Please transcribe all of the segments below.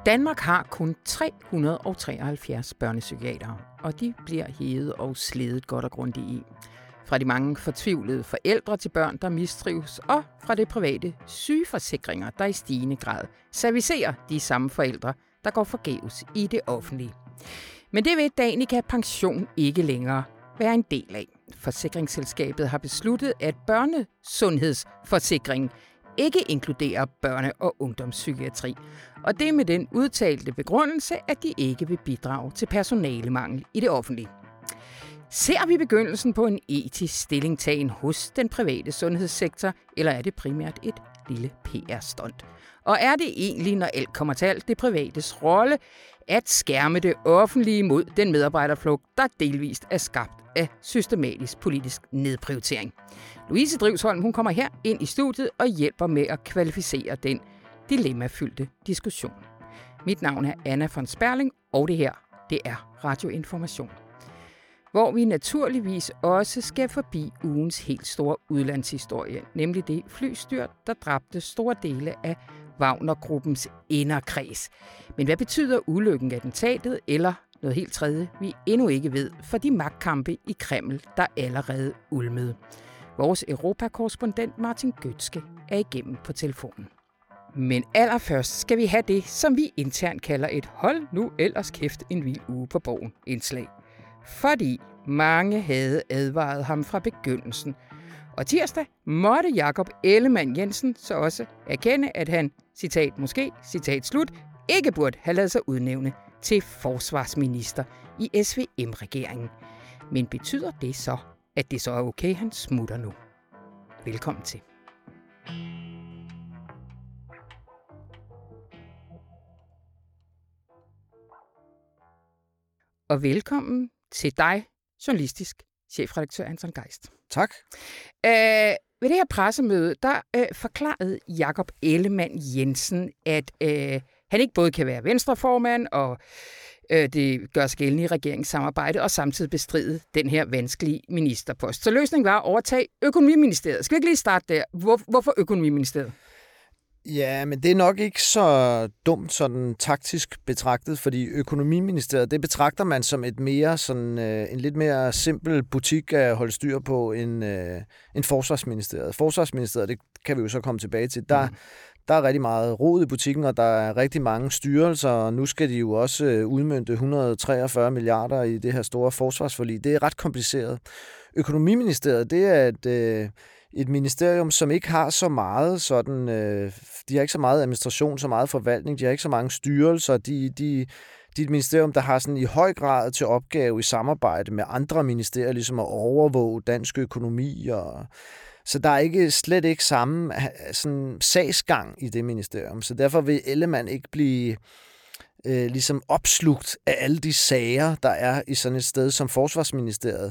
Danmark har kun 373 børnepsykiatere, og de bliver hævet og sledet godt og grundigt i. Fra de mange fortvivlede forældre til børn, der mistrives, og fra det private sygeforsikringer, der i stigende grad servicerer de samme forældre, der går forgæves i det offentlige. Men det vil Danica Pension ikke længere være en del af. Forsikringsselskabet har besluttet, at børnesundhedsforsikringen ikke inkluderer børne- og ungdomspsykiatri. Og det er med den udtalte begrundelse, at de ikke vil bidrage til personalemangel i det offentlige. Ser vi begyndelsen på en etisk stillingtagen hos den private sundhedssektor, eller er det primært et lille PR-stunt? Og er det egentlig, når alt kommer til alt, det privates rolle at skærme det offentlige mod den medarbejderflugt, der delvist er skabt af systematisk politisk nedprioritering? Louise Drivsholm, hun kommer her ind i studiet og hjælper med at kvalificere den dilemmafyldte diskussion. Mit navn er Anna von Sperling, og det her, det er Radioinformation. Hvor vi naturligvis også skal forbi ugens helt store udlandshistorie, nemlig det flystyrt, der dræbte store dele af Wagner-gruppens inderkreds. Men hvad betyder ulykken af attentatet, eller noget helt tredje, vi endnu ikke ved, for de magtkampe i Kreml, der allerede ulmede? Vores Europakorrespondent Martin Gøtske er igennem på telefonen. Men allerførst skal vi have det, som vi internt kalder et hold nu ellers kæft en vild uge på Borgen indslag. Fordi mange havde advaret ham fra begyndelsen. Og tirsdag måtte Jakob Ellemann-Jensen så også erkende, at han, citat måske, citat slut, ikke burde have ladet sig udnævne til forsvarsminister i SVM-regeringen. Men betyder det så, at det så er okay, han smutter nu? Velkommen til. Og velkommen til dig, journalistisk chefredaktør Anton Geist. Tak. Ved det her pressemøde, der forklarede Jakob Ellemann-Jensen, at han ikke både kan være venstreformand, og det gør sig gældende i regeringssamarbejdet, og samtidig bestride den her vanskelige ministerpost. Så løsningen var at overtage økonomiministeriet. Skal vi ikke lige starte der? Hvorfor økonomiministeriet? Ja, men det er nok ikke så dumt sådan taktisk betragtet, fordi økonomiministeriet, det betragter man som et mere sådan en lidt mere simpel butik at holde styr på end forsvarsministeriet. Forsvarsministeriet, det kan vi jo så komme tilbage til. Der er rigtig meget rod i butikken, og der er rigtig mange styrelser, og nu skal de jo også udmønte 143 milliarder i det her store forsvarsforlig. Det er ret kompliceret. Økonomiministeriet, det er et ministerium, som ikke har så meget sådan, de har ikke så meget administration, så meget forvaltning, de har ikke så mange styrelser, de er et ministerium, der har sådan i høj grad til opgave i samarbejde med andre ministerier, ligesom at overvåge dansk økonomi, og så der er slet ikke samme sådan sagsgang i det ministerium, så derfor vil Ellemann ikke blive ligesom opslugt af alle de sager, der er i sådan et sted som Forsvarsministeriet,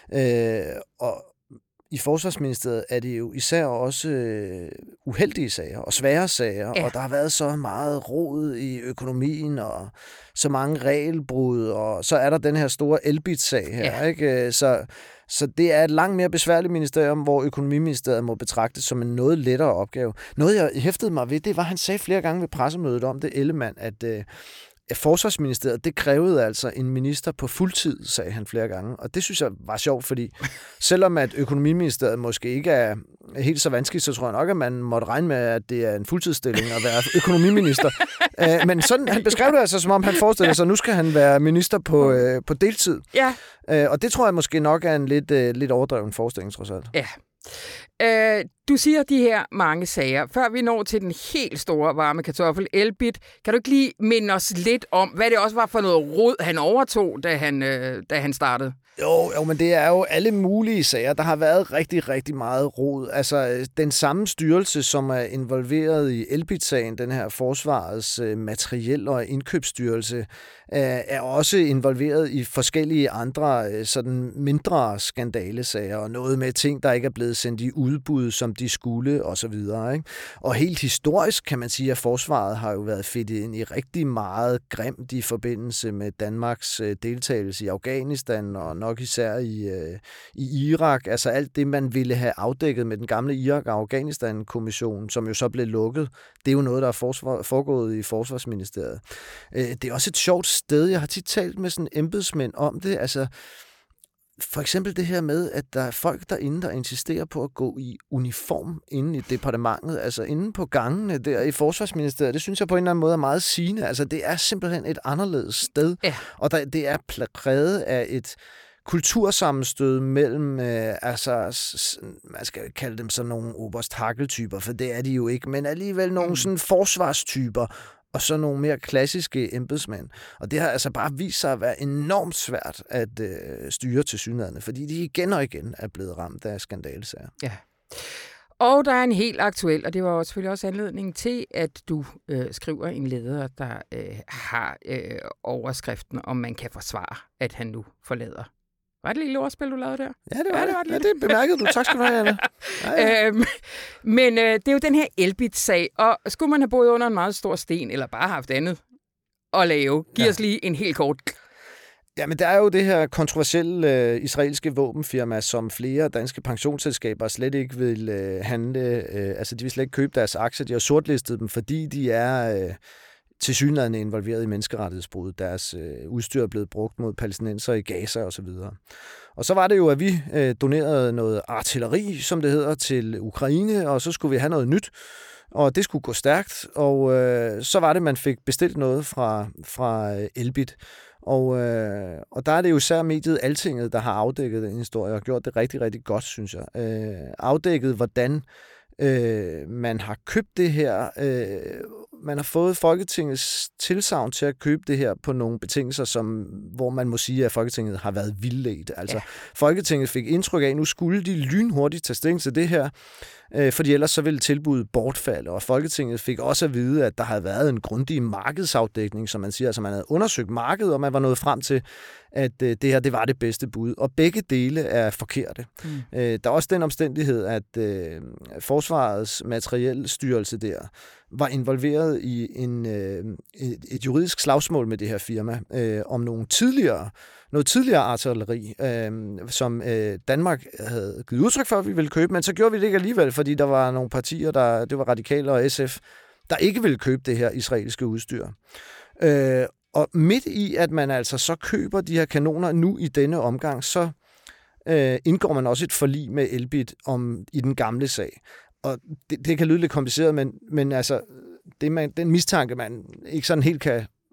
og i Forsvarsministeriet er det jo især også uheldige sager og svære sager, ja. Og der har været så meget rod i økonomien og så mange regelbrud, og så er der den her store Elbit-sag her, ja. Ikke? Så det er et langt mere besværligt ministerium, hvor økonomiministeriet må betragtes som en noget lettere opgave. Noget, jeg hæftede mig ved, det var, han sagde flere gange ved pressemødet om det, Ellemann, at Forsvarsministeriet, det krævede altså en minister på fuldtid, sagde han flere gange. Og det synes jeg var sjovt, fordi selvom at økonomiministeriet måske ikke er helt så vanskeligt, så tror jeg nok, at man måtte regne med, at det er en fuldtidsstilling at være økonomiminister. Men sådan, han beskrev det altså, som om han forestiller sig, at nu skal han være minister på deltid. Ja. Og det tror jeg måske nok er en lidt overdreven forestilling, trods alt. Ja. Du siger de her mange sager. Før vi når til den helt store varme kartoffel, Elbit, kan du ikke lige minde os lidt om, hvad det også var for noget rod, han overtog, da han startede? Jo, men det er jo alle mulige sager. Der har været rigtig, rigtig meget rod. Altså, den samme styrelse, som er involveret i Elbit-sagen, den her forsvarets materiel- og indkøbsstyrelse, er også involveret i forskellige andre sådan mindre skandalesager, og noget med ting, der ikke er blevet sendt i udbud, som de skulle, og så videre, ikke? Og helt historisk kan man sige, at forsvaret har jo været fedtet ind i rigtig meget grimt i forbindelse med Danmarks deltagelse i Afghanistan, og nok især i Irak. Altså alt det, man ville have afdækket med den gamle Irak- og Afghanistan-kommission, som jo så blev lukket, det er jo noget, der er foregået i Forsvarsministeriet. Det er også et sjovt sted. Jeg har tit talt med sådan embedsmænd om det. Altså, for eksempel det her med, at der er folk derinde, der insisterer på at gå i uniform inde i departementet, altså inde på gangene der i Forsvarsministeriet. Det synes jeg på en eller anden måde er meget sigende. Altså det er simpelthen et anderledes sted, og det er præget af et kultursammenstød mellem, man skal kalde dem sådan nogle oberst-hakkeltyper, for det er de jo ikke, men alligevel nogle sådan forsvarstyper, og så nogle mere klassiske embedsmænd. Og det har altså bare vist sig at være enormt svært at styre tilsyneladende, fordi de igen og igen er blevet ramt af skandalesager. Ja. Og der er en helt aktuel, og det var jo selvfølgelig også anledning til, at du skriver en leder, der har overskriften, om man kan forsvare, at han nu forlader. Var det et lille ordspil, du lavede der? Ja, det var det. Ja, det bemærkede du. Tak skal du have, Anna. Ja. Men det er jo den her Elbit-sag, og skulle man have boet under en meget stor sten, eller bare haft andet at lave, giv os lige en helt kort. Ja, men der er jo det her kontroversielle israelske våbenfirma, som flere danske pensionsselskaber slet ikke vil handle. Altså, de vil slet ikke købe deres aktier. De har sortlistet dem, fordi de er tilsyneladende involveret i menneskerettighedsbrud. Deres udstyr er blevet brugt mod palæstinenser i Gaza osv. Og så var det jo, at vi donerede noget artilleri, som det hedder, til Ukraine, og så skulle vi have noget nyt, og det skulle gå stærkt. Og så var det, man fik bestilt noget fra Elbit. Og der er det jo især mediet Altinget, der har afdækket den historie, og gjort det rigtig, rigtig godt, synes jeg. Afdækket, hvordan man har købt det her. Man har fået Folketingets tilsagn til at købe det her på nogle betingelser, hvor man må sige, at Folketinget har været vildledt. Altså, Folketinget fik indtryk af, at nu skulle de lynhurtigt tage stilling til det her, fordi ellers så ville tilbuddet bortfalde. Og Folketinget fik også at vide, at der havde været en grundig markedsafdækning, som man siger. Altså man havde undersøgt markedet, og man var nået frem til, at det her, det var det bedste bud. Og begge dele er forkerte. Der er også den omstændighed, at Forsvarets materielstyrelse der var involveret i et juridisk slagsmål med det her firma om noget tidligere artilleri, som Danmark havde givet udtryk for, at vi ville købe, men så gjorde vi det ikke alligevel, fordi der var nogle partier, det var Radikale og SF, der ikke ville købe det her israelske udstyr. Og midt i, at man altså så køber de her kanoner nu i denne omgang, så indgår man også et forlig med Elbit i den gamle sag. Og det kan lyde lidt kompliceret, men altså, den mistanke, man ikke sådan helt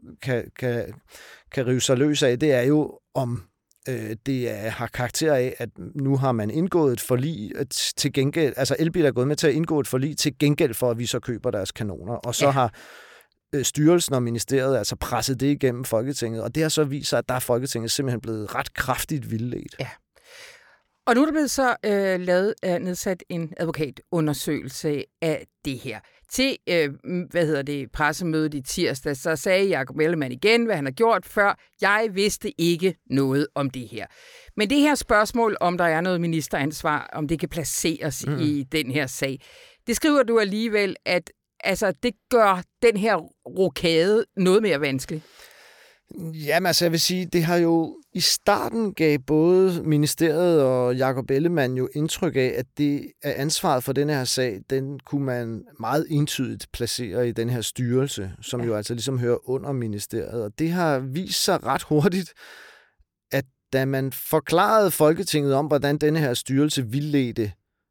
kan rive sig løs af, det er jo, om det har karakter af, at nu har man indgået et forlig til gengæld, altså Elbit er gået med til at indgå et forlig til gengæld for, at vi så køber deres kanoner, og så har styrelsen og ministeriet altså presset det igennem Folketinget, og det har så vist sig, at der er Folketinget simpelthen blevet ret kraftigt vildledt. Ja. Og nu er der blevet så nedsat en advokatundersøgelse af det her. Til pressemødet i tirsdag, så sagde Jakob Ellemann igen, hvad han har gjort før. Jeg vidste ikke noget om det her. Men det her spørgsmål, om der er noget ministeransvar, om det kan placeres i den her sag, det skriver du alligevel, at det gør den her rokade noget mere vanskelig. Jamen altså, jeg vil sige, det har jo i starten gav både ministeriet og Jakob Ellemann jo indtryk af, at det er ansvaret for den her sag, den kunne man meget entydigt placere i den her styrelse, som jo altså ligesom hører under ministeriet. Og det har vist sig ret hurtigt, at da man forklarede Folketinget om, hvordan denne her styrelse vildledte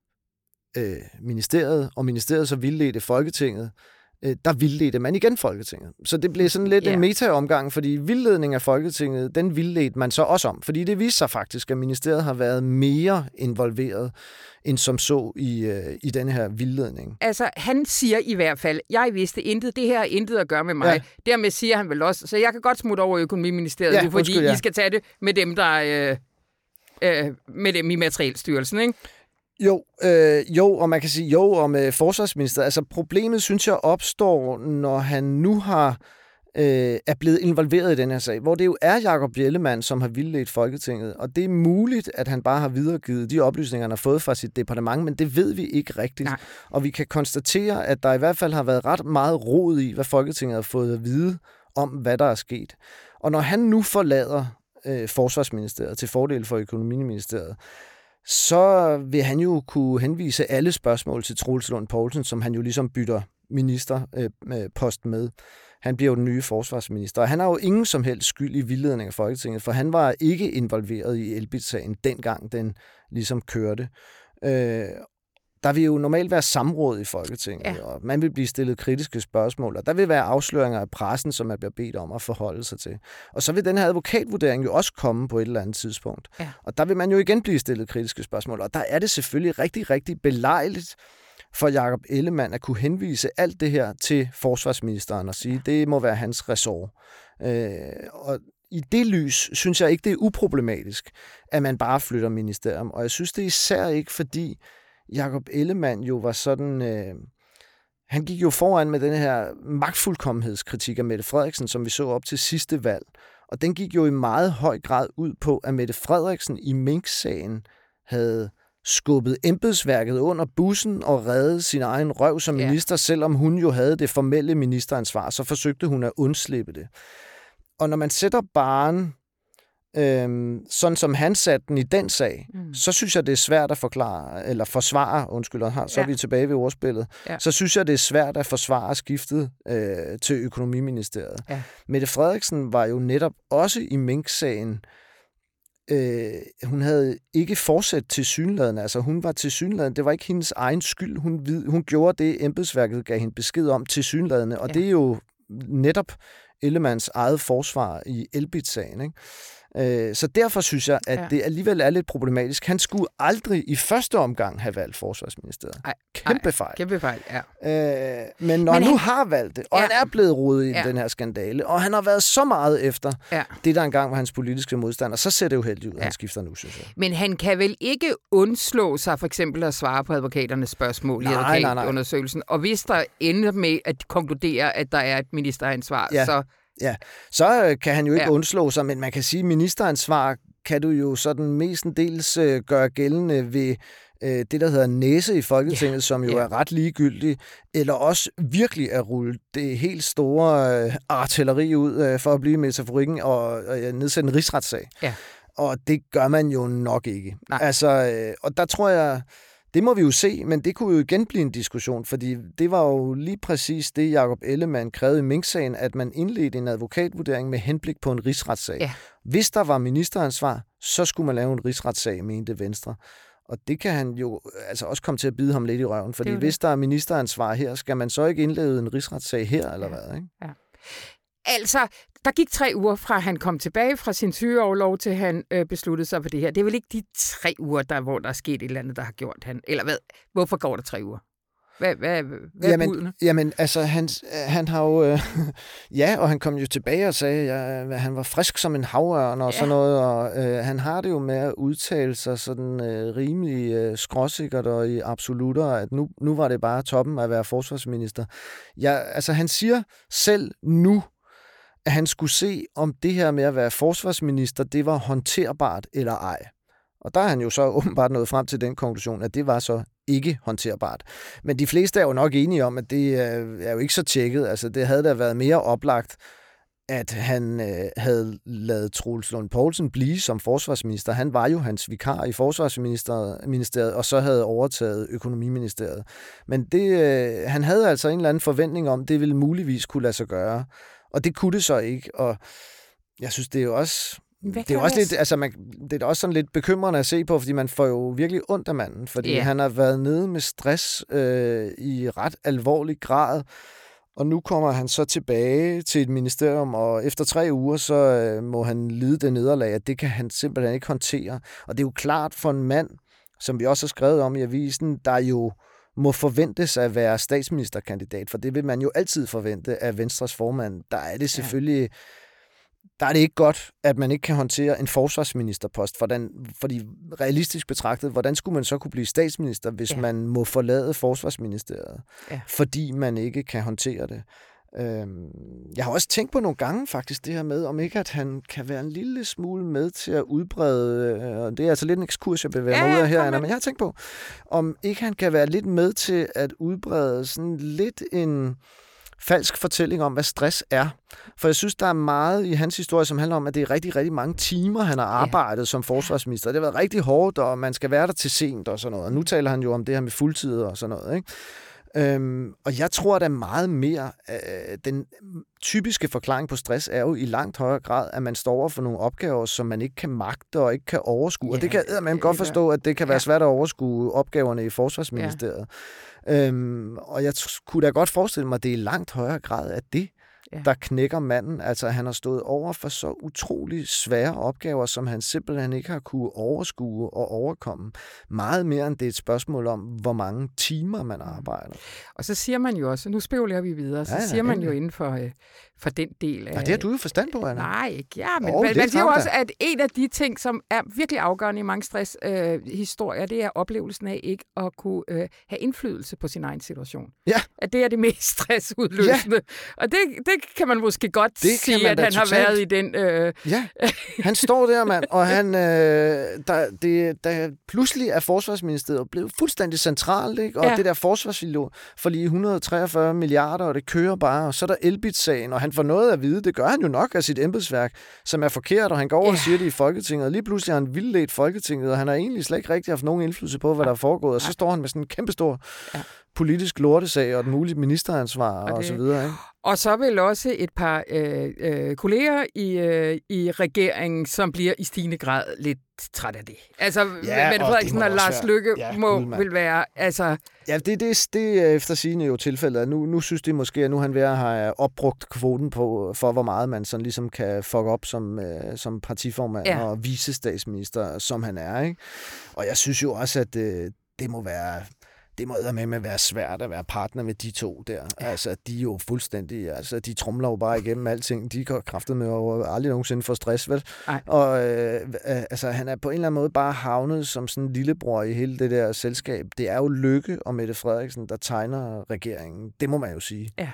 ministeriet, og ministeriet så vildledte Folketinget, der vildledte man igen Folketinget. Så det blev sådan lidt en meta-omgang, fordi vildledning af Folketinget, den vildledte man så også om. Fordi det viste sig faktisk, at ministeriet har været mere involveret end som så i denne her vildledning. Altså, han siger i hvert fald, jeg vidste intet, det her har intet at gøre med mig. Ja. Dermed siger han vel også, så jeg kan godt smutte over i Økonomiministeriet, fordi I skal tage det med dem, der med dem i Materielstyrelsen, ikke? Jo, og man kan sige om forsvarsministeriet. Altså problemet, synes jeg, opstår, når han nu er blevet involveret i den her sag, hvor det jo er Jakob Ellemann, som har vildledt Folketinget, og det er muligt, at han bare har videregivet de oplysninger, han har fået fra sit departement, men det ved vi ikke rigtigt. Nej. Og vi kan konstatere, at der i hvert fald har været ret meget rod i, hvad Folketinget har fået at vide om, hvad der er sket. Og når han nu forlader Forsvarsministeriet til fordel for Økonomiministeriet, så vil han jo kunne henvise alle spørgsmål til Troels Lund Poulsen, som han jo ligesom bytter ministerpost med. Han bliver jo den nye forsvarsminister, og han har jo ingen som helst skyld i vildledning af Folketinget, for han var ikke involveret i Elbit-sagen, dengang den ligesom kørte. Der vil jo normalt være samråd i Folketinget, og man vil blive stillet kritiske spørgsmål, og der vil være afsløringer af pressen, som man bliver bedt om at forholde sig til. Og så vil den her advokatvurdering jo også komme på et eller andet tidspunkt. Ja. Og der vil man jo igen blive stillet kritiske spørgsmål, og der er det selvfølgelig rigtig, rigtig belejligt for Jakob Ellemann at kunne henvise alt det her til forsvarsministeren og sige, det må være hans ressort. Og i det lys synes jeg ikke, det er uproblematisk, at man bare flytter ministerium. Og jeg synes det især ikke, fordi Jakob Ellemann jo var sådan... han gik jo foran med den her magtfuldkommenhedskritik af Mette Frederiksen, som vi så op til sidste valg. Og den gik jo i meget høj grad ud på, at Mette Frederiksen i Mink-sagen havde skubbet embedsværket under bussen og reddet sin egen røv som minister, selvom hun jo havde det formelle ministeransvar, så forsøgte hun at undslippe det. Og når man sætter barren, sådan som han satte den i den sag, så synes jeg, det er svært at forklare, eller forsvare, så er vi tilbage ved ordspillet, så synes jeg, det er svært at forsvare skiftet til Økonomiministeriet. Ja. Mette Frederiksen var jo netop også i Mink-sagen. Hun havde ikke fortsat tilsyneladende, altså hun var tilsyneladende, det var ikke hendes egen skyld, hun gjorde det, embedsværket gav hende besked om tilsyneladende, og det er jo netop Ellemanns eget forsvar i Elbit-sagen, ikke? Så derfor synes jeg, at det alligevel er lidt problematisk. Han skulle aldrig i første omgang have valgt Forsvarsministeriet. Kæmpe fejl. Kæmpe fejl, Men når han nu har valgt det, og han er blevet rodet i den her skandale, og han har været så meget efter det, der engang var hans politiske modstander, så ser det jo heldigt ud, at han skifter nu, synes jeg. Men han kan vel ikke undslå sig for eksempel at svare på advokaternes spørgsmål i advokatundersøgelsen, og hvis der ender med at konkludere, at der er et ministeransvar, så kan han jo ikke undslå sig, men man kan sige, at ministeransvar kan du jo sådan mestendels gøre gældende ved det, der hedder næse i Folketinget, som jo er ret ligegyldigt, eller også virkelig at rulle det helt store artilleri ud, for at blive metaforikken, og nedsætte en rigsretssag. Ja. Og det gør man jo nok ikke. Og der tror jeg... Det må vi jo se, men det kunne jo igen blive en diskussion, fordi det var jo lige præcis det, Jakob Ellemann krævede i Mink-sagen, at man indledte en advokatvurdering med henblik på en rigsretssag. Ja. Hvis der var ministeransvar, så skulle man lave en rigsretssag, mente Venstre. Og det kan han jo altså også komme til at bide ham lidt i røven, fordi hvis der er ministeransvar her, skal man så ikke indlede en rigsretssag her, eller hvad? Ikke? Ja. Altså, der gik 3 uger fra han kom tilbage fra sin sygeorlov til han besluttede sig for det her. Det er vel ikke de 3 uger, hvor der er sket et eller andet, der har gjort han... Eller hvad? Hvorfor går der 3 uger? Hvad er budene? Jamen, altså, han har jo... og han kom jo tilbage og sagde, at han var frisk som en havørn og sådan noget, og han har det jo med at udtale sig sådan rimelig skråsikkert og i absolutter, at nu var det bare toppen at være forsvarsminister. Altså, han siger selv nu, at han skulle se, om det her med at være forsvarsminister, det var håndterbart eller ej. Og der er han jo så åbenbart nået frem til den konklusion, at det var så ikke håndterbart. Men de fleste er jo nok enige om, at det er jo ikke så tjekket. Altså, det havde da været mere oplagt, at han havde ladet Troels Lund Poulsen blive som forsvarsminister. Han var jo hans vikar i Forsvarsministeriet, og så havde overtaget Økonomiministeriet. Men han havde altså en eller anden forventning om, det ville muligvis kunne lade sig gøre. Og det kunne det så ikke, og jeg synes, det er jo også... Det er også lidt, altså det er også sådan lidt bekymrende at se på, fordi man får jo virkelig ondt af manden, fordi han har været nede med stress i ret alvorlig grad, og nu kommer han så tilbage til et ministerium, og efter 3 uger, så må han lide det nederlag, at det kan han simpelthen ikke håndtere. Og det er jo klart for en mand, som vi også har skrevet om i avisen, der jo må forventes at være statsministerkandidat, for det vil man jo altid forvente af Venstres formand. Der er det selvfølgelig... Der er det ikke godt, at man ikke kan håndtere en forsvarsministerpost, fordi realistisk betragtet, hvordan skulle man så kunne blive statsminister, hvis man må forlade forsvarsministeriet, fordi man ikke kan håndtere det. Jeg har også tænkt på nogle gange faktisk det her med, om ikke at han kan være en lille smule med til at udbrede, og det er altså lidt en ekskurs, jeg bevæger mig ud af her, Anna, men jeg har tænkt på, om ikke han kan være lidt med til at udbrede sådan lidt en falsk fortælling om, hvad stress er. For jeg synes, der er meget i hans historie, som handler om, at det er rigtig, rigtig mange timer, han har arbejdet som forsvarsminister. Det har været rigtig hårdt, og man skal være der til sent og sådan noget. Og nu taler han jo om det her med fuldtid og sådan noget, ikke? Og jeg tror, at meget mere den typiske forklaring på stress er jo i langt højere grad, at man står over for nogle opgaver, som man ikke kan magte og ikke kan overskue. Ja, og det kan man godt forstå, at det kan være svært at overskue opgaverne i Forsvarsministeriet. Og jeg kunne da godt forestille mig, at det er i langt højere grad af det, der knækker manden. Altså, han har stået over for så utrolig svære opgaver, som han simpelthen ikke har kunne overskue og overkomme. Meget mere end det er et spørgsmål om, hvor mange timer man arbejder. Og så siger man jo også, nu spekulerer vi videre, så siger man jo inden for den del af... Ja, det har du jo forstand på, Anna. Nej, ikke. Ja, men man siger jo også, at en af de ting, som er virkelig afgørende i mange stresshistorier, det er oplevelsen af ikke at kunne have indflydelse på sin egen situation. Ja. At det er det mest stressudløsende. Ja. Og det kan man måske godt sige, at han har været i den... Ja, han står der, mand, og han... der pludselig er Forsvarsministeriet blevet fuldstændig centralt, ikke? Og det der forsvarsvilje for lige 143 milliarder, og det kører bare, og så er der Elbit-sagen, og han får noget at vide, det gør han jo nok af sit embedsværk, som er forkert, og han går over og siger det i Folketinget, og lige pludselig har han vildledt Folketinget, og han har egentlig slet ikke rigtig haft nogen indflydelse på, hvad der er foregået, og så står han med sådan en kæmpestor politisk lortesag, og et muligt ministeransvar, og så videre, ikke? Og så vil også et par kolleger i regeringen, som bliver i stigende grad lidt træt af det. Altså, Mette Frederiksen og Lars Løkke vil være... Altså... Ja, det er efter sigende jo tilfældet. Nu synes de måske, at nu han ved at have opbrugt kvoten for, hvor meget man sådan ligesom kan fuck op som partiformand og vicestatsminister, som han er, ikke? Og jeg synes jo også, at det må være... Det må eddermame være svært at være partner med de to der. Ja. Altså, de er jo fuldstændig... Altså, de tromler jo bare igennem alting. De går kraftet med at aldrig nogensinde få stress, vel? Ej. Og altså, han er på en eller anden måde bare havnet som sådan en lillebror i hele det der selskab. Det er jo Løkke og Mette Frederiksen, der tegner regeringen. Det må man jo sige. Ja.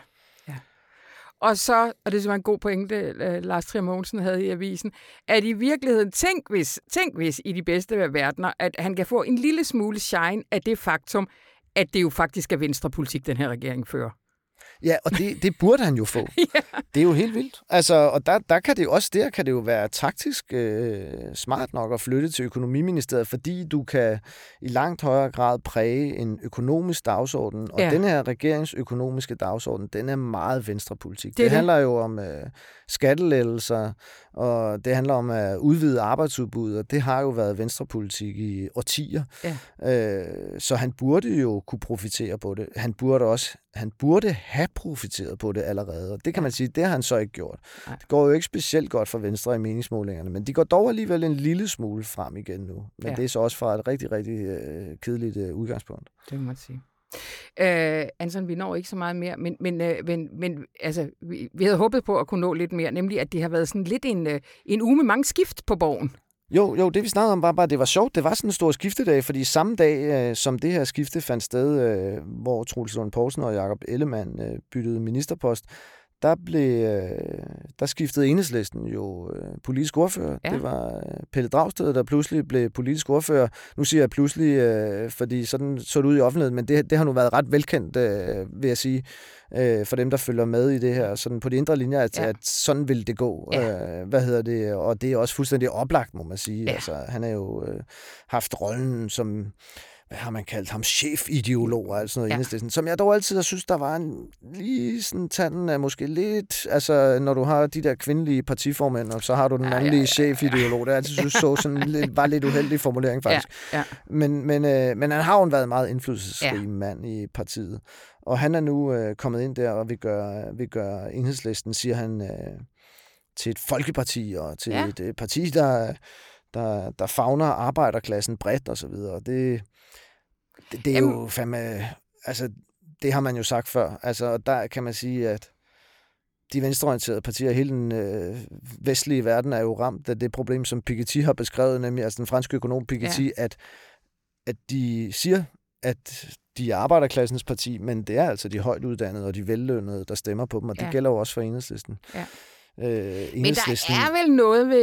Og så, og det er en god pointe, Lars Trier Mogensen havde i avisen, at i virkeligheden, tænk hvis i de bedste verdener, at han kan få en lille smule shine af det faktum, at det jo faktisk er venstrepolitik, den her regering fører. Ja, og det burde han jo få. Det er jo helt vildt. Altså, og der kan det jo også kan det jo være taktisk smart nok at flytte til økonomiministeriet, fordi du kan i langt højere grad præge en økonomisk dagsorden, og den her regeringsøkonomiske dagsorden, den er meget venstrepolitik. Det handler jo om skattelettelser, og det handler om at udvide arbejdsudbuddet, og det har jo været venstrepolitik i årtier. Ja. Så han burde jo kunne profitere på det. Han burde have profiteret på det allerede, og det kan man sige, det har han så ikke gjort. Nej. Det går jo ikke specielt godt for Venstre i meningsmålingerne, men de går dog alligevel en lille smule frem igen nu. Men det er så også fra et rigtig, rigtig kedeligt udgangspunkt. Det må man sige. Anson, vi når ikke så meget mere, men altså, vi havde håbet på at kunne nå lidt mere, nemlig at det har været sådan lidt en uge med mange skift på Borgen. Jo, det vi snakkede om var bare, det var sjovt. Det var sådan en stor skiftedag, fordi samme dag, som det her skifte fandt sted, hvor Troels Lund Poulsen og Jakob Ellemann byttede ministerpost, der skiftede Enhedslisten jo politisk ordfører. Ja. Det var Pelle Dragsted, der pludselig blev politisk ordfører. Nu siger jeg pludselig, fordi sådan så det ud i offentligheden, men det har nu været ret velkendt, vil jeg sige, for dem, der følger med i det her, sådan på de indre linjer, at sådan vil det gå. Ja. Og det er også fuldstændig oplagt, må man sige. Ja. Altså, han har jo haft rollen som... Hvad har man kaldt ham? Chefideolog og alt sådan noget Enhedslisten. Som jeg dog altid har synes, der var lige sådan tanden af måske lidt... Altså, når du har de der kvindelige partiformænd, og så har du den mandlige chefideolog. Det er altid synes så sådan var lidt uheldig formulering, faktisk. Ja. Men han har jo været meget indflydelsesrig mand i partiet. Og han er nu kommet ind der og vil gøre Enhedslisten, siger han, til et folkeparti og til et parti, der favner arbejderklassen bredt og så videre. Det er jo fandme... Altså, det har man jo sagt før. Altså, der kan man sige, at de venstreorienterede partier i hele den vestlige verden er jo ramt af det problem, som Piketty har beskrevet, nemlig altså den franske økonom Piketty, at de siger, at de er arbejderklassens parti, men det er altså de højt uddannede og de vellønnede, der stemmer på dem, og det gælder jo også for Enhedslisten. Ja. Men der er vel noget ved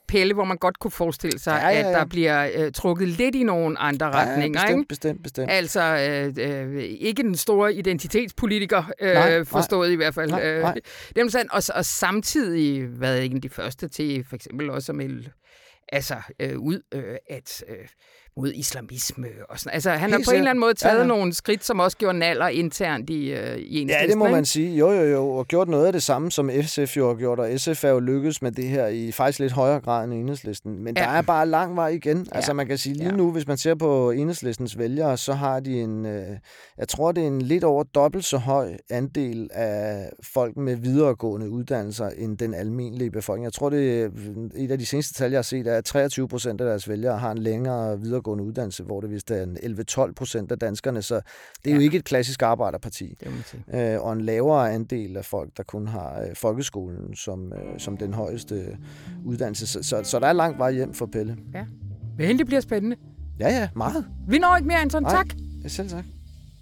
Pelle, hvor man godt kunne forestille sig, at der bliver trukket lidt i nogle andre retninger. Bestemt. Altså ikke den store identitetspolitiker, forstået i hvert fald. Nej. Og samtidig været ikke de første til for eksempel også at melde ud mod islamisme og sådan. Altså, han har på en eller anden måde taget nogle skridt, som også gjorde naller internt i Enhedslisten. Ja, det må man sige. Jo, og gjort noget af det samme, som SF jo har gjort, og SF er jo lykkedes med det her i faktisk lidt højere grad end Enhedslisten. Men der er bare lang vej igen. Altså, man kan sige lige nu, hvis man ser på Enhedslistens vælgere, så har de jeg tror, det er en lidt over dobbelt så høj andel af folk med videregående uddannelser end den almindelige befolkning. Jeg tror, det er et af de seneste tal, jeg har set, er, at 23% af deres vælgere har en længere videregående uddannelse, hvor det vist er 11-12% af danskerne, så det er jo ikke et klassisk arbejderparti. Og en lavere andel af folk, der kun har folkeskolen som den højeste uddannelse. Så der er langt vej hjem for Pelle. Ja. Men det bliver spændende. Ja, meget. Vi når ikke mere end sådan. Tak. Selv tak.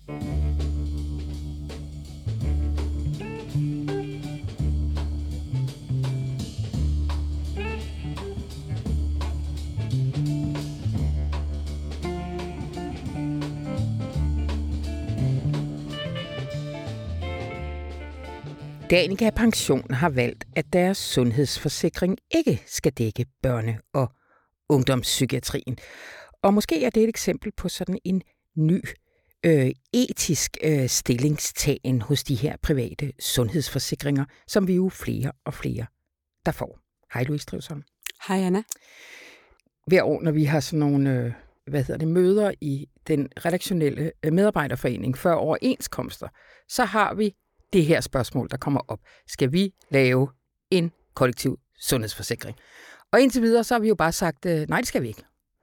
Danica Pension har valgt, at deres sundhedsforsikring ikke skal dække børne- og ungdomspsykiatrien. Og måske er det et eksempel på sådan en ny etisk stillingstagen hos de her private sundhedsforsikringer, som vi jo flere og flere, der får. Hej Louise Drivsholm. Hej Anna. Hver år, når vi har sådan nogle møder i den redaktionelle medarbejderforening før overenskomster, så har vi det her spørgsmål, der kommer op. Skal vi lave en kollektiv sundhedsforsikring? Og indtil videre, så har vi jo bare sagt, nej, det skal vi ikke.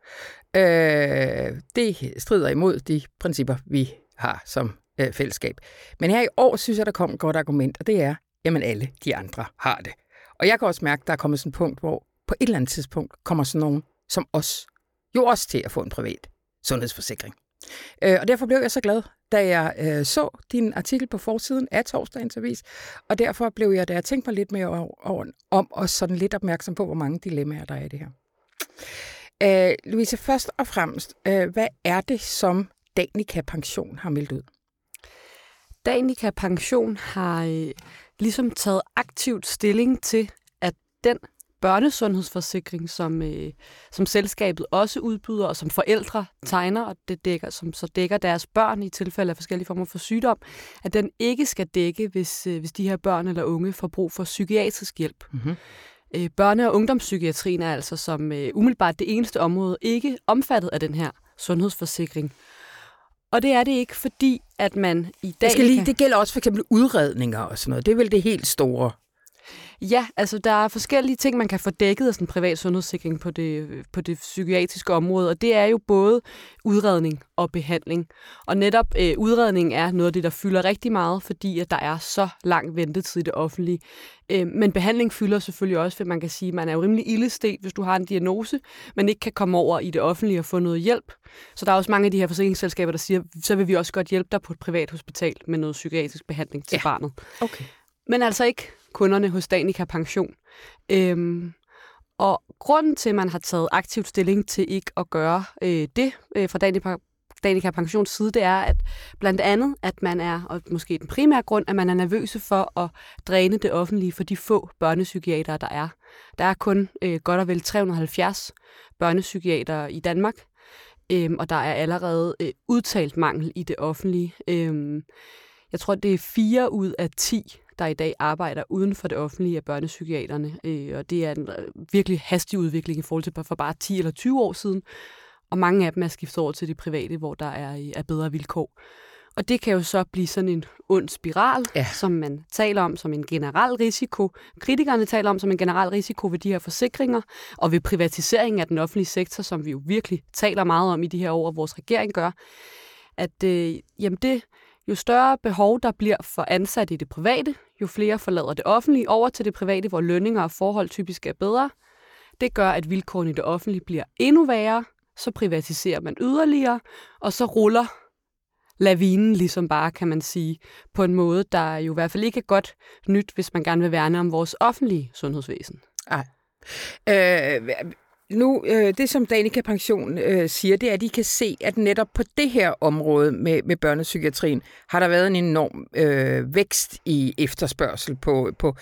Det strider imod de principper, vi har som fællesskab. Men her i år, synes jeg, der kom et godt argument, og det er, jamen alle de andre har det. Og jeg kan også mærke, der er kommet sådan et punkt, hvor på et eller andet tidspunkt kommer sådan nogen som os jo også til at få en privat sundhedsforsikring. Og derfor blev jeg så glad, da jeg så din artikel på forsiden af Torsdagens Avis, og derfor blev jeg, da jeg tænkte mig lidt mere om og sådan lidt opmærksom på, hvor mange dilemmaer der er i det her. Louise, først og fremmest, hvad er det, som Danica Pension har meldt ud? Danica Pension har ligesom taget aktivt stilling til, at den børnesundhedsforsikring, som selskabet også udbyder, og som forældre tegner, og det dækker, som så dækker deres børn i tilfælde af forskellige former for sygdom, at den ikke skal dække, hvis de her børn eller unge får brug for psykiatrisk hjælp. Mm-hmm. Børne- og ungdomspsykiatrien er altså som umiddelbart det eneste område ikke omfattet af den her sundhedsforsikring. Og det er det ikke, fordi at man i dag... Det gælder også for eksempel udredninger og sådan noget. Det er vel det helt store... Ja, altså der er forskellige ting, man kan få dækket af sådan en privat sundhedssikring på det psykiatriske område, og det er jo både udredning og behandling. Og netop udredning er noget af det, der fylder rigtig meget, fordi at der er så lang ventetid i det offentlige. Men behandling fylder selvfølgelig også, for man kan sige, at man er jo rimelig ildestet, hvis du har en diagnose, men ikke kan komme over i det offentlige og få noget hjælp. Så der er også mange af de her forsikringsselskaber, der siger, så vil vi også godt hjælpe dig på et privat hospital med noget psykiatrisk behandling til barnet. Okay. Men altså ikke kunderne hos Danica Pension. Og grunden til, at man har taget aktivt stilling til ikke at gøre det fra Danica Pensions side, det er, at blandt andet, at man er, og måske den primære grund, at man er nervøse for at dræne det offentlige for de få børnepsykiatere, der er. Der er kun godt og vel 370 børnepsykiatere i Danmark, og der er allerede udtalt mangel i det offentlige. Jeg tror, det er 4 ud af 10, der i dag arbejder uden for det offentlige af børnepsykiaterne, og det er en virkelig hastig udvikling i forhold til for bare 10 eller 20 år siden, og mange af dem er skiftet over til de private, hvor der er bedre vilkår. Og det kan jo så blive sådan en ond spiral, som man taler om som en generel risiko. Kritikerne taler om som en generel risiko ved de her forsikringer, og ved privatiseringen af den offentlige sektor, som vi jo virkelig taler meget om i de her år, og vores regering gør, at jo større behov der bliver for ansatte i det private, jo flere forlader det offentlige over til det private, hvor lønninger og forhold typisk er bedre. Det gør, at vilkårene i det offentlige bliver endnu værre, så privatiserer man yderligere, og så ruller lavinen ligesom bare, kan man sige, på en måde, der jo i hvert fald ikke er godt nyt, hvis man gerne vil værne om vores offentlige sundhedsvæsen. Ej. Det som Danica Pension siger, det er, at de kan se, at netop på det her område med børnepsykiatrien, har der været en enorm vækst i efterspørgsel på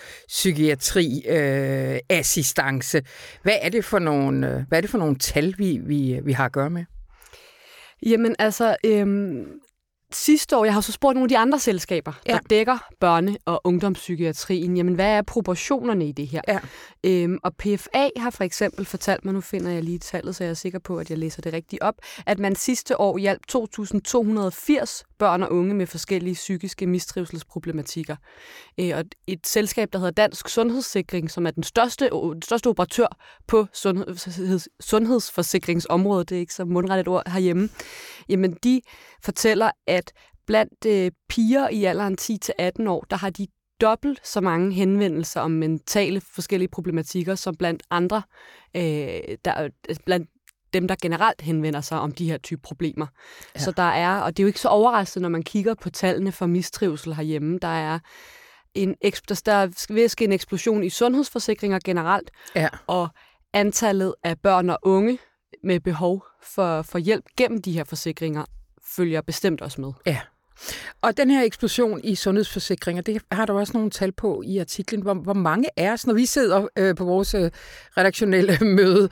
psykiatri-assistance. Hvad er det for nogle tal, vi har at gøre med? Jamen altså, sidste år, jeg har så spurgt nogle af de andre selskaber, der dækker børne- og ungdomspsykiatrien, jamen hvad er proportionerne i det her? Ja. Og PFA har for eksempel fortalt mig, nu finder jeg lige tallet, så jeg er sikker på, at jeg læser det rigtigt op, at man sidste år hjalp 2.280 børn og unge med forskellige psykiske mistrivselsproblematikker. Og et selskab, der hedder Dansk Sundhedssikring, som er den største operatør på sundhedsforsikringsområdet, det er ikke så mundret et ord herhjemme, jamen de fortæller, at blandt piger i alderen 10-18 år, der har de dobbelt så mange henvendelser om mentale forskellige problematikker, som blandt andre, blandt dem, der generelt henvender sig om de her type problemer. Ja. Så der er, og det er jo ikke så overraskende, når man kigger på tallene for mistrivsel herhjemme, der er en eksplosion i sundhedsforsikringer generelt, og antallet af børn og unge med behov for hjælp gennem de her forsikringer følger bestemt også med. Ja. Og den her eksplosion i sundhedsforsikringer, det har der også nogle tal på i artiklen. Hvor mange er os, når vi sidder på vores redaktionelle møde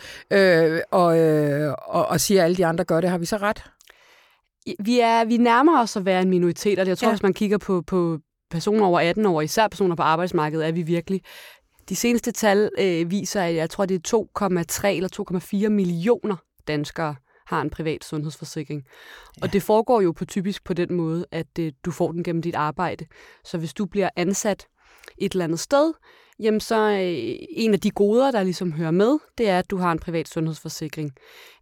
og siger, at alle de andre gør det, har vi så ret? Vi nærmer os at være en minoritet, og jeg tror, hvis man kigger på personer over 18 år, især personer på arbejdsmarkedet, er vi virkelig. De seneste tal viser, at jeg tror, det er 2,3 eller 2,4 millioner danskere har en privat sundhedsforsikring. Ja. Og det foregår jo typisk på den måde, at du får den gennem dit arbejde. Så hvis du bliver ansat et eller andet sted, jamen så en af de goder, der ligesom hører med, det er, at du har en privat sundhedsforsikring.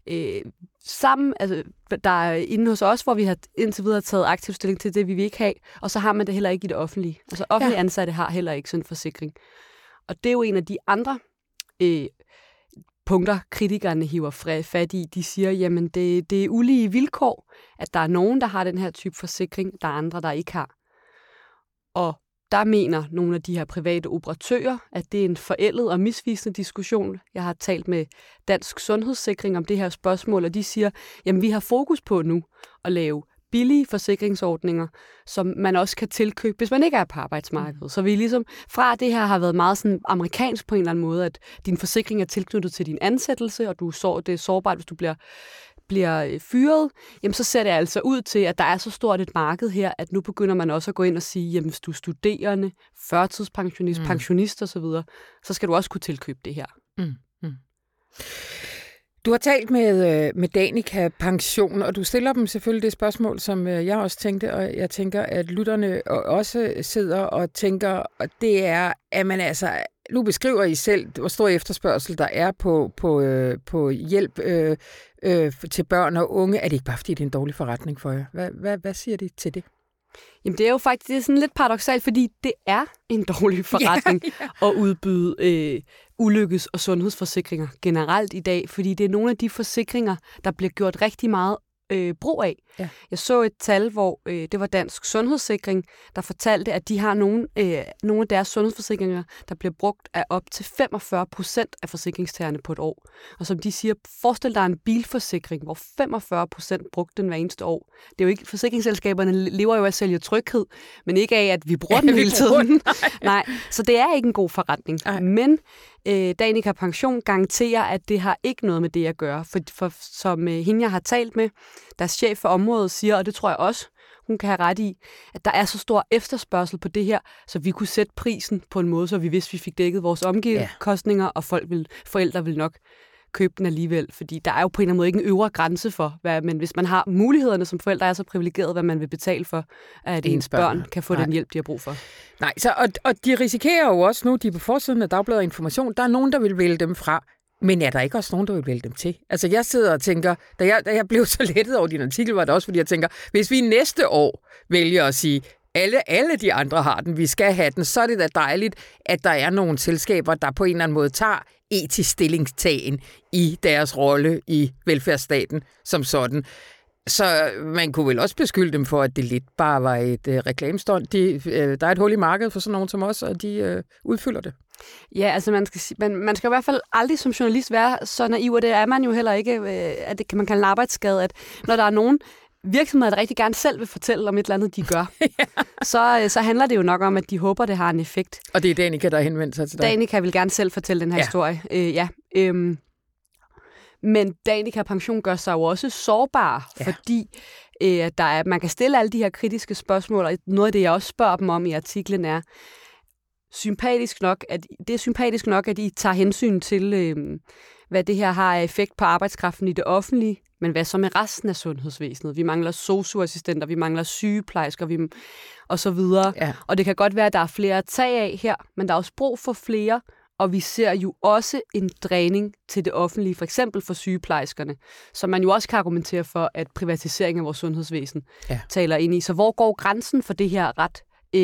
Der er inde hos os, hvor vi har indtil videre taget aktiv stilling til det, vi vil ikke have, og så har man det heller ikke i det offentlige. Altså offentlige ansatte har heller ikke sådan en forsikring. Og det er jo en af de andre punkter, kritikerne hiver fat i. De siger, jamen det er ulige vilkår, at der er nogen, der har den her type forsikring, der er andre, der ikke har. Og der mener nogle af de her private operatører, at det er en forældet og misvisende diskussion. Jeg har talt med Dansk Sundhedssikring om det her spørgsmål, og de siger, jamen vi har fokus på nu at lave billige forsikringsordninger, som man også kan tilkøbe, hvis man ikke er på arbejdsmarkedet. Så vi ligesom, fra det her har været meget sådan amerikansk på en eller anden måde, at din forsikring er tilknyttet til din ansættelse, og det er sårbart, hvis du bliver fyret, jamen så ser det altså ud til, at der er så stort et marked her, at nu begynder man også at gå ind og sige, jamen hvis du er studerende, førtidspensionist, pensionist osv., så skal du også kunne tilkøbe det her. Du har talt med Danica Pension, og du stiller dem selvfølgelig det spørgsmål, som jeg også tænkte, og jeg tænker, at lytterne også sidder og tænker, og det er, at man altså, nu beskriver I selv, hvor stor efterspørgsel der er på hjælp til børn og unge. Er det ikke bare, fordi det er en dårlig forretning for jer? Hvad siger de til det? Jamen det er jo faktisk sådan lidt paradoksalt, fordi det er en dårlig forretning at udbyde ulykkes- og sundhedsforsikringer generelt i dag, fordi det er nogle af de forsikringer, der bliver gjort rigtig meget brug af. Ja. Jeg så et tal, hvor det var Dansk Sundhedssikring, der fortalte, at de har nogle af deres sundhedsforsikringer, der bliver brugt af op til 45% af forsikringstagerne på et år. Og som de siger, forestil dig en bilforsikring, hvor 45% brugte den hver eneste år. Det er jo ikke, forsikringsselskaberne lever jo af at sælge tryghed, men ikke af, at vi bruger den hele tiden. Nej, så det er ikke en god forretning. Nej. Men Danica Pension garanterer, at det har ikke noget med det at gøre. For som hende, jeg har talt med, deres chef for området siger, og det tror jeg også, hun kan have ret i, at der er så stor efterspørgsel på det her, så vi kunne sætte prisen på en måde, så vi vidste, vi fik dækket vores omkostninger, og forældre vil nok købe den alligevel. Fordi der er jo på en eller anden måde ikke en øvre grænse for, men hvis man har mulighederne som forældre, er så privilegeret, hvad man vil betale for, at ens børn kan få den hjælp, de har brug for. Nej, og de risikerer jo også nu, de er på forsiden af Dagbladet Information, der er nogen, der vil vælge dem fra. Men er der ikke også nogen, der vil vælge dem til? Altså jeg sidder og tænker, da jeg blev så lettet over din artikel, var det også, fordi jeg tænker, hvis vi næste år vælger at sige, alle de andre har den, vi skal have den, så er det da dejligt, at der er nogle selskaber, der på en eller anden måde tager etisk stillingstagen i deres rolle i velfærdsstaten som sådan. Så man kunne vel også beskylde dem for, at det lidt bare var et reklamestunt. Der er et hul i markedet for sådan nogen som os, og de udfylder det. Ja, altså man skal i hvert fald aldrig som journalist være så naiv, og det er man jo heller ikke, at det kan man kalde en arbejdsskade, at når der er nogen virksomheder, der rigtig gerne selv vil fortælle om et eller andet, de gør, så handler det jo nok om, at de håber, det har en effekt. Og det er Danica, der henvender sig til dig? Danica vil gerne selv fortælle den her historie. Men Danica Pension gør sig jo også sårbar, fordi man kan stille alle de her kritiske spørgsmål, og noget af det, jeg også spørger dem om i artiklen, er sympatisk nok, at I tager hensyn til, hvad det her har af effekt på arbejdskraften i det offentlige, men hvad så med resten af sundhedsvæsenet? Vi mangler sosu-assistenter, vi mangler sygeplejersker, og så videre. Ja. Og det kan godt være, at der er flere at tage af her, men der er også brug for flere, og vi ser jo også en dræning til det offentlige, for eksempel for sygeplejerskerne, som man jo også kan argumentere for, at privatisering af vores sundhedsvæsen taler ind i. Så hvor går grænsen for det her ret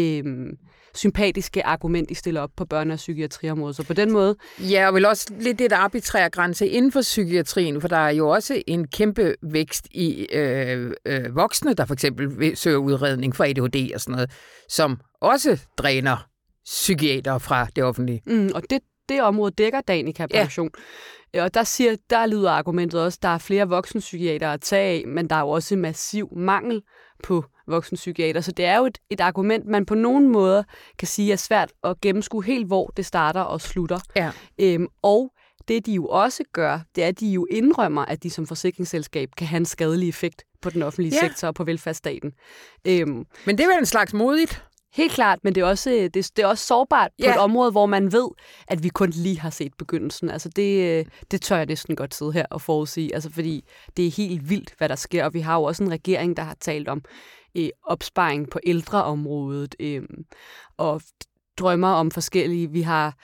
sympatiske argument, I stiller op på børne- og psykiatriområdet? Så på den måde... Ja, og vel også lidt det, der arbitrære grænse inden for psykiatrien, for der er jo også en kæmpe vækst i voksne, der for eksempel søger udredning for ADHD og sådan noget, som også dræner psykiater fra det offentlige. Og det område dækker Danica Pension. Ja. Og der lyder argumentet også, at der er flere voksenpsykiater at tage af, men der er jo også massiv mangel på voksenpsykiater. Så det er jo et argument, man på nogen måder kan sige er svært at gennemskue helt, hvor det starter og slutter. Ja. Og det de jo også gør, det er, at de jo indrømmer, at de som forsikringsselskab kan have en skadelig effekt på den offentlige sektor og på velfærdsstaten. Men det er vel en slags modigt? Helt klart, men det er også sårbart på et område, hvor man ved, at vi kun lige har set begyndelsen. Altså det tør jeg næsten godt sidde her og forudsige, altså fordi det er helt vildt, hvad der sker, og vi har jo også en regering, der har talt om opsparing på ældreområdet, og drømmer om forskellige. Vi har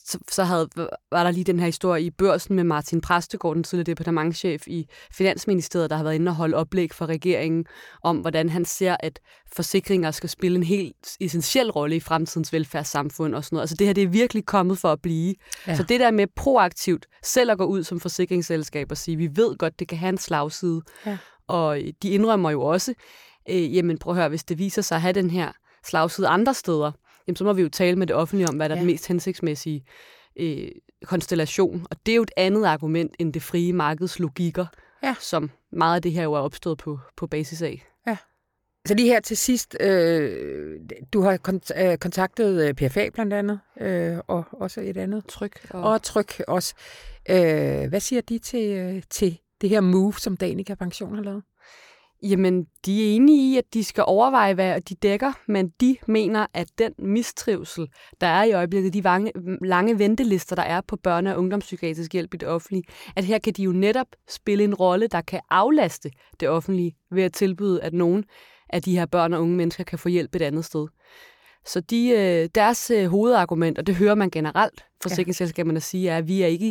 var der lige den her historie i Børsen med Martin Præstegård, den tidligere departementschef i Finansministeriet, der har været inde og holde oplæg for regeringen om, hvordan han ser, at forsikringer skal spille en helt essentiel rolle i fremtidens velfærdssamfund og sådan noget. Altså det her, det er virkelig kommet for at blive. Ja. Så det der med proaktivt selv at gå ud som forsikringsselskab og sige, vi ved godt, det kan have en slagside. Ja. Og de indrømmer jo også, jamen prøv at høre, hvis det viser sig at have den her slagside andre steder, jamen, så må vi jo tale med det offentlige om, hvad der er den mest hensigtsmæssige konstellation. Og det er jo et andet argument end det frie markeds logikker, som meget af det her jo er opstået på basis af. Ja. Så lige her til sidst, du har kontaktet PFA blandt andet, og også et andet. Tryg. Og Tryg også. Hvad siger de til det her move, som Danica Pension har lavet? Jamen, de er enige i, at de skal overveje, hvad de dækker, men de mener, at den mistrivsel, der er i øjeblikket, de lange ventelister, der er på børne- og ungdomspsykiatrisk hjælp i det offentlige, at her kan de jo netop spille en rolle, der kan aflaste det offentlige ved at tilbyde, at nogen af de her børn og unge mennesker kan få hjælp et andet sted. Så deres hovedargument, og det hører man generelt forsikringsselskaberne sige, er, at vi er ikke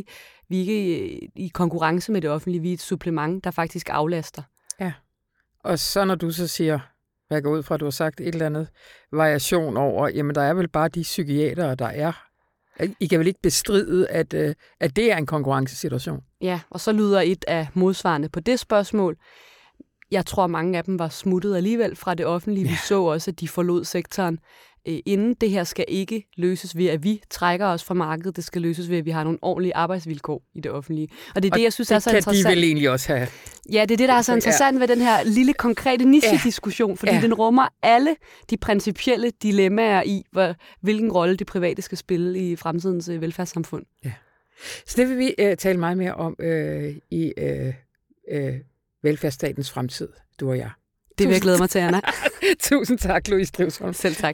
i konkurrence med det offentlige, vi er et supplement, der faktisk aflaster. Ja. Og så når du så siger, hvad jeg går ud fra, at du har sagt et eller andet variation over, jamen der er vel bare de psykiatere, der er. I kan vel ikke bestride, at det er en konkurrencesituation? Ja, og så lyder et af modsvarende på det spørgsmål. Jeg tror, mange af dem var smuttet alligevel fra det offentlige. Vi så også, at de forlod sektoren. Inden det her skal ikke løses ved, at vi trækker os fra markedet. Det skal løses ved, at vi har nogle ordentlige arbejdsvilkår i det offentlige. Og det er det, jeg synes er så interessant. Det kan de vel egentlig også have. Ja, det er det, der er så interessant ved den her lille, konkrete niche-diskussion, fordi den rummer alle de principielle dilemmaer i, hvilken rolle det private skal spille i fremtidens velfærdssamfund. Ja. Så det vil vi tale meget mere om i velfærdsstatens fremtid, du og jeg. Det vil jeg glæde mig til, Anna. Tusind tak, Louise Drivsholm. Selv tak.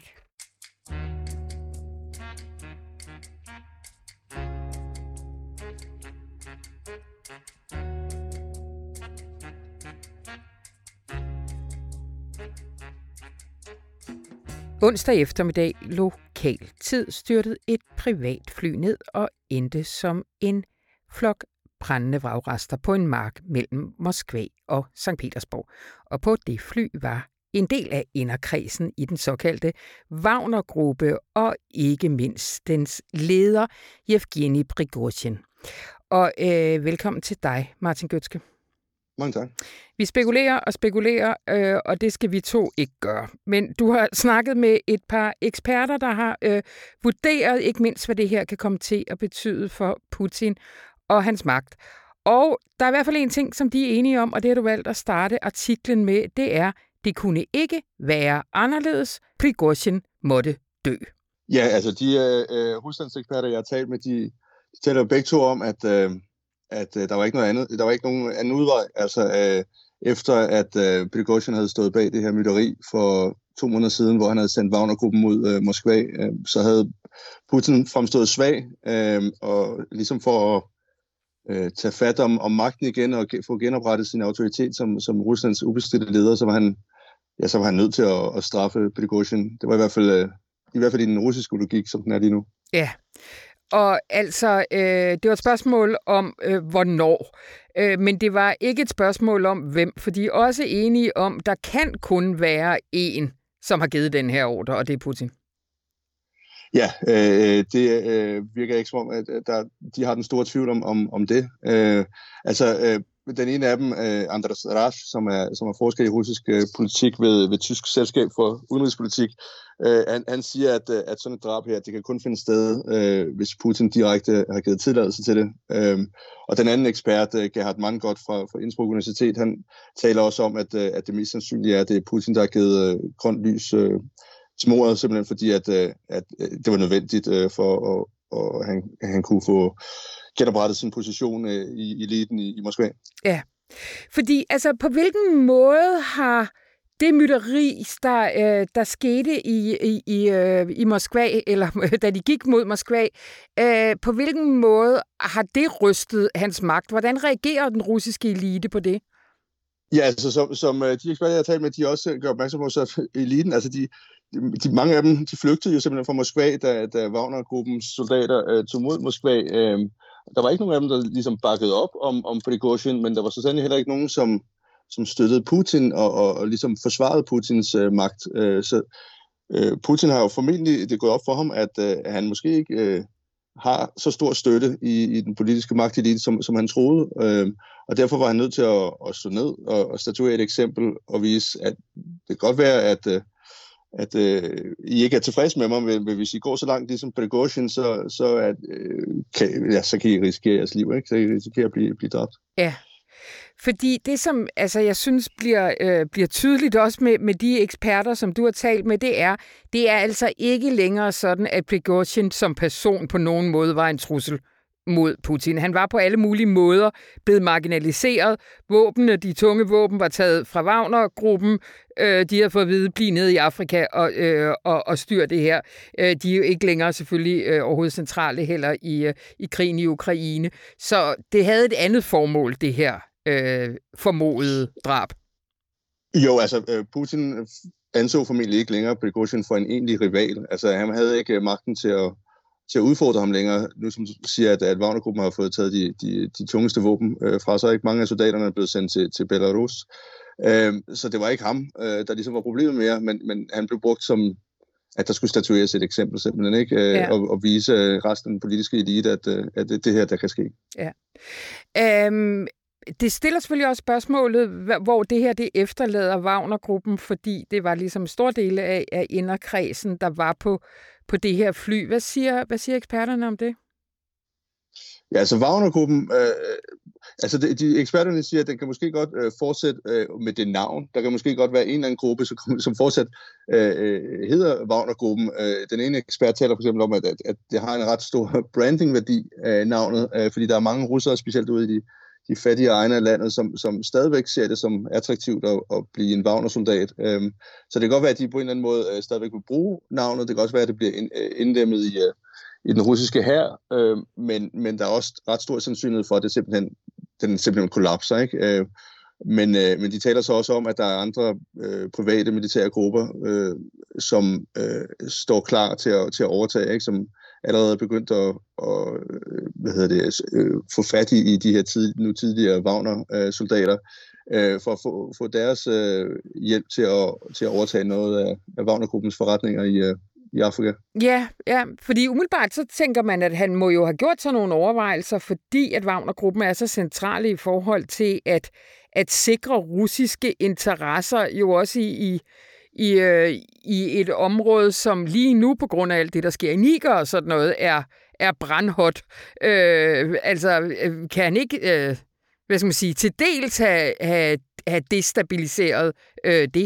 Onsdag eftermiddag lokal tid styrtede et privatfly ned og endte som en flok brændende vragrester på en mark mellem Moskva og Sankt Petersborg. Og på det fly var en del af inderkredsen i den såkaldte Wagner-gruppe og ikke mindst dens leder, Yevgeni Prigozhin. Og velkommen til dig, Martin Gøtske. Mange tak. Vi spekulerer og spekulerer, og det skal vi to ikke gøre. Men du har snakket med et par eksperter, der har vurderet ikke mindst, hvad det her kan komme til at betyde for Putin og hans magt. Og der er i hvert fald en ting, som de er enige om, og det har du valgt at starte artiklen med, det er, det kunne ikke være anderledes. Prigozhin måtte dø. Ja, altså de Ruslands eksperter, jeg har talt med, de taler begge to om, at der var ikke noget andet, der var ikke nogen anden udvej. Altså efter at Prigozhin havde stået bag det her mytteri for 2 måneder siden, hvor han havde sendt Wagner-gruppen mod Moskva, så havde Putin fremstået svag, og ligesom for at tage fat om magten igen og få genoprettet sin autoritet som Ruslands ubestridte leder, så var han nødt til at straffe Prigozhin. Det var i hvert fald i den russiske logik, som den er lige nu. Ja, og altså, det var et spørgsmål om, hvornår. Men det var ikke et spørgsmål om, hvem, for de er også enige om, der kan kun være en, som har givet den her ordre, og det er Putin. Ja, det virker ikke som om, at de har den store tvivl om det. Den ene af dem, Andras Rasch, som er forsker i russisk politik ved Tysk Selskab for Udenrigspolitik, han siger, at sådan et drab her, det kan kun finde sted, hvis Putin direkte har givet tilladelse til det. Og den anden ekspert, Gerhard Mangot fra Innsbruck Universitet, han taler også om, at det mest sandsynlige er, at det er Putin, der har givet grønt lys til mordet, simpelthen fordi, at det var nødvendigt for, at han kunne få genoprettet sin position i eliten i Moskva. Ja, fordi altså på hvilken måde har det mytteri, der skete i Moskva, eller da de gik mod Moskva, på hvilken måde har det rystet hans magt? Hvordan reagerer den russiske elite på det? Ja, altså som de eksperter, jeg har talt med, de også gør opmærksom på, så eliten, altså mange af dem, de flygtede jo simpelthen fra Moskva, da Wagner-gruppens soldater tog mod Moskva. Der var ikke nogen af dem, der ligesom bakkede op om Prigozhin, men der var så sandelig heller ikke nogen, som støttede Putin og ligesom forsvarede Putins magt. Så Putin har jo formentlig, det gået op for ham, at han måske ikke har så stor støtte i den politiske magtelite, som han troede. Og derfor var han nødt til at stå ned og statuere et eksempel og vise, at det kan godt være, at I ikke er tilfreds med mig, men hvis I går så langt ligesom Prigozhin, så kan I risikere jeres liv, ikke? Så I risikerer at blive dræbt. Ja, fordi det som jeg synes bliver tydeligt også med de eksperter, som du har talt med, det er altså ikke længere sådan, at Prigozhin som person på nogen måde var en trussel mod Putin. Han var på alle mulige måder blevet marginaliseret. Våbnene, de tunge våben, var taget fra Wagner-gruppen. De har fået at vide, bliv nede i Afrika og styr det her. De er jo ikke længere selvfølgelig overhovedet centrale heller i krigen i Ukraine. Så det havde et andet formål, det her formodede drab. Jo, altså Putin anså formentlig ikke længere Prigozhin for en egentlig rival. Altså han havde ikke magten til at udfordre ham længere. Nu som du siger, at Wagner-gruppen har fået taget de tungeste våben fra sig. Ikke mange af soldaterne er blevet sendt til Belarus. Så det var ikke ham, der ligesom var problemet mere, men han blev brugt som, at der skulle statueres et eksempel simpelthen, ikke? Ja. Og vise resten af den politiske elite, at det her, der kan ske. Ja. Det stiller selvfølgelig også spørgsmålet, hvor det her det efterlader Wagner-gruppen, fordi det var ligesom en stor del af inderkredsen, der var på det her fly. Hvad siger eksperterne om det? Ja, altså Wagner-gruppen, de eksperterne siger, at den kan måske godt fortsætte med det navn. Der kan måske godt være en eller anden gruppe, som fortsat hedder Wagner-gruppen. Den ene ekspert taler for eksempel om, at det har en ret stor brandingværdi af navnet, fordi der er mange russere, specielt ude i de fattige egne af landet, som stadigvæk ser det som attraktivt at blive en Wagner-soldat. Så det kan godt være, at de på en eller anden måde stadigvæk vil bruge navnet. Det kan også være, at det bliver indlemmet i den russiske hær, men der er også ret stor sandsynlighed for, at den simpelthen kollapser, ikke? Men de taler så også om, at der er andre private militære grupper, som står klar til at overtage, ikke? Som allerede er begyndt at få fat i de her tidligere Wagner-soldater, for at få deres hjælp til at overtage noget af Wagner-gruppens forretninger i Afrika. Ja, fordi umiddelbart så tænker man, at han må jo have gjort sådan nogle overvejelser, fordi at Wagner-gruppen er så centrale i forhold til at sikre russiske interesser, jo også i et område, som lige nu, på grund af alt det, der sker i Niger og sådan noget, er brandhot. Kan han ikke, hvad skal man sige, til dels have destabiliseret det?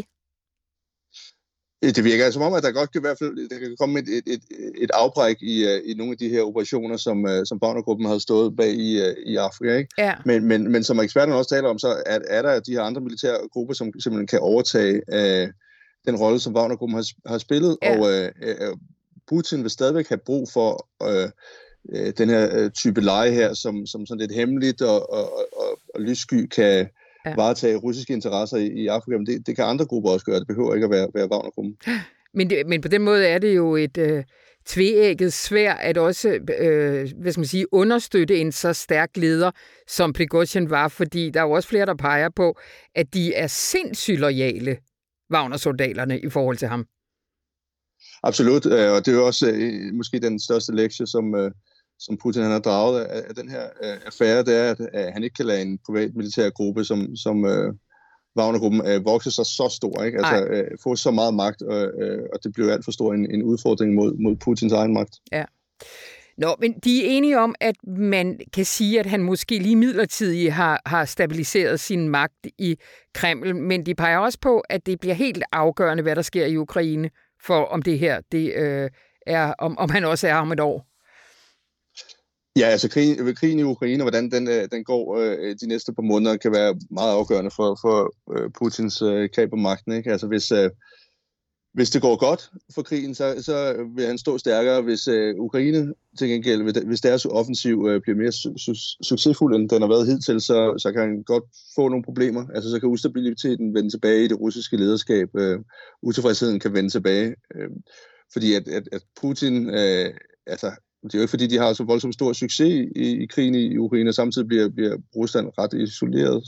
Det virker som om, at der godt kan, i hvert fald, der kan komme et afbræk i nogle af de her operationer, som Wagner-gruppen har stået bag i Afrika. Ikke? Ja. Men som eksperterne også taler om, så er der de her andre militære grupper, som simpelthen kan overtage den rolle, som Wagner-gruppen har spillet. Ja. Og Putin vil stadigvæk have brug for den her type lege her, som sådan lidt hemmeligt og lyssky kan varetage russiske interesser i Afrika, men det kan andre grupper også gøre. Det behøver ikke at være Wagner-gruppen. Men på den måde er det jo et tveægget sværd at også hvad skal man sige, understøtte en så stærk leder, som Prigozhin var, fordi der er jo også flere, der peger på, at de er sindssygt loyale, Wagner-soldaterne, i forhold til ham. Absolut, og det er jo også måske den største lektie, som Putin han har draget af den her affære, det er, at han ikke kan lade en privat militær gruppe, som Wagner-gruppen vokse sig så stor, ikke? Altså få så meget magt, og det bliver alt for stor en udfordring mod Putins egen magt. Ja. Nå, men de er enige om, at man kan sige, at han måske lige midlertidigt har stabiliseret sin magt i Kreml, men de peger også på, at det bliver helt afgørende, hvad der sker i Ukraine, for om det her er, om han også er om et år. Ja, altså krigen i Ukraine, hvordan den går de næste par måneder, kan være meget afgørende for Putins greb om magten. Ikke? Altså hvis det går godt for krigen, så vil han stå stærkere. Hvis Ukraine til gengæld, hvis deres offensiv bliver mere succesfuld, end den har været hidtil, så kan han godt få nogle problemer. Altså så kan ustabiliteten vende tilbage i det russiske lederskab. Utilfredsheden kan vende tilbage. Fordi at Putin, altså det er jo ikke fordi, de har så voldsomt stor succes i krigen i Ukraine, og samtidig bliver Rusland ret isoleret.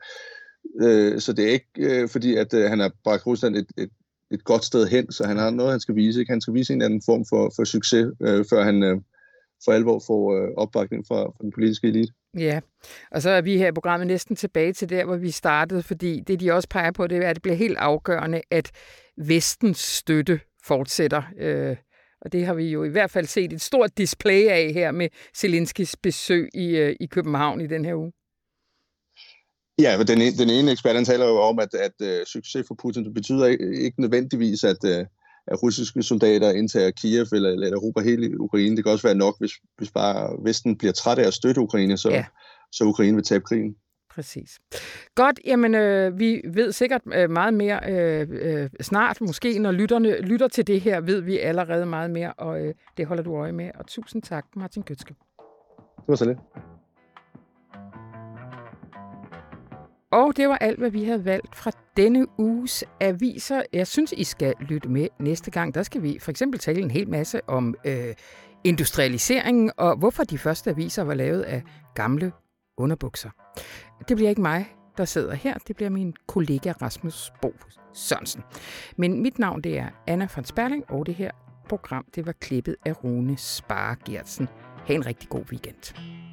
Så det er ikke fordi, at han har bragt Rusland et godt sted hen, så han har noget, han skal vise. Ikke? Han skal vise en anden form for succes, før han for alvor får opbakning fra den politiske elite. Ja, og så er vi her i programmet næsten tilbage til der, hvor vi startede, fordi det, de også peger på, det er, at det bliver helt afgørende, at Vestens støtte fortsætter. Og det har vi jo i hvert fald set et stort display af her med Zelenskyjs besøg i København i den her uge. Ja, den ene ekspert taler jo om, at succes for Putin betyder ikke nødvendigvis, at russiske soldater indtager Kiev eller Europa hele Ukraine. Det kan også være nok, hvis bare Vesten bliver træt af at støtte Ukraine, så Ukraine vil tabe krigen. Præcis. Godt, jamen vi ved sikkert meget mere snart. Måske når lytterne lytter til det her, ved vi allerede meget mere, og det holder du øje med. Og tusind tak, Martin Gøtske. Det var så lidt. Og det var alt, hvad vi havde valgt fra denne uges aviser. Jeg synes, I skal lytte med næste gang. Der skal vi for eksempel tale en hel masse om industrialiseringen, og hvorfor de første aviser var lavet af gamle underbukser. Det bliver ikke mig, der sidder her. Det bliver min kollega Rasmus Bo Sørensen. Men mit navn, det er Anna von Sperling, og det her program, det var klippet af Rune Spare Gertsen. Ha' en rigtig god weekend.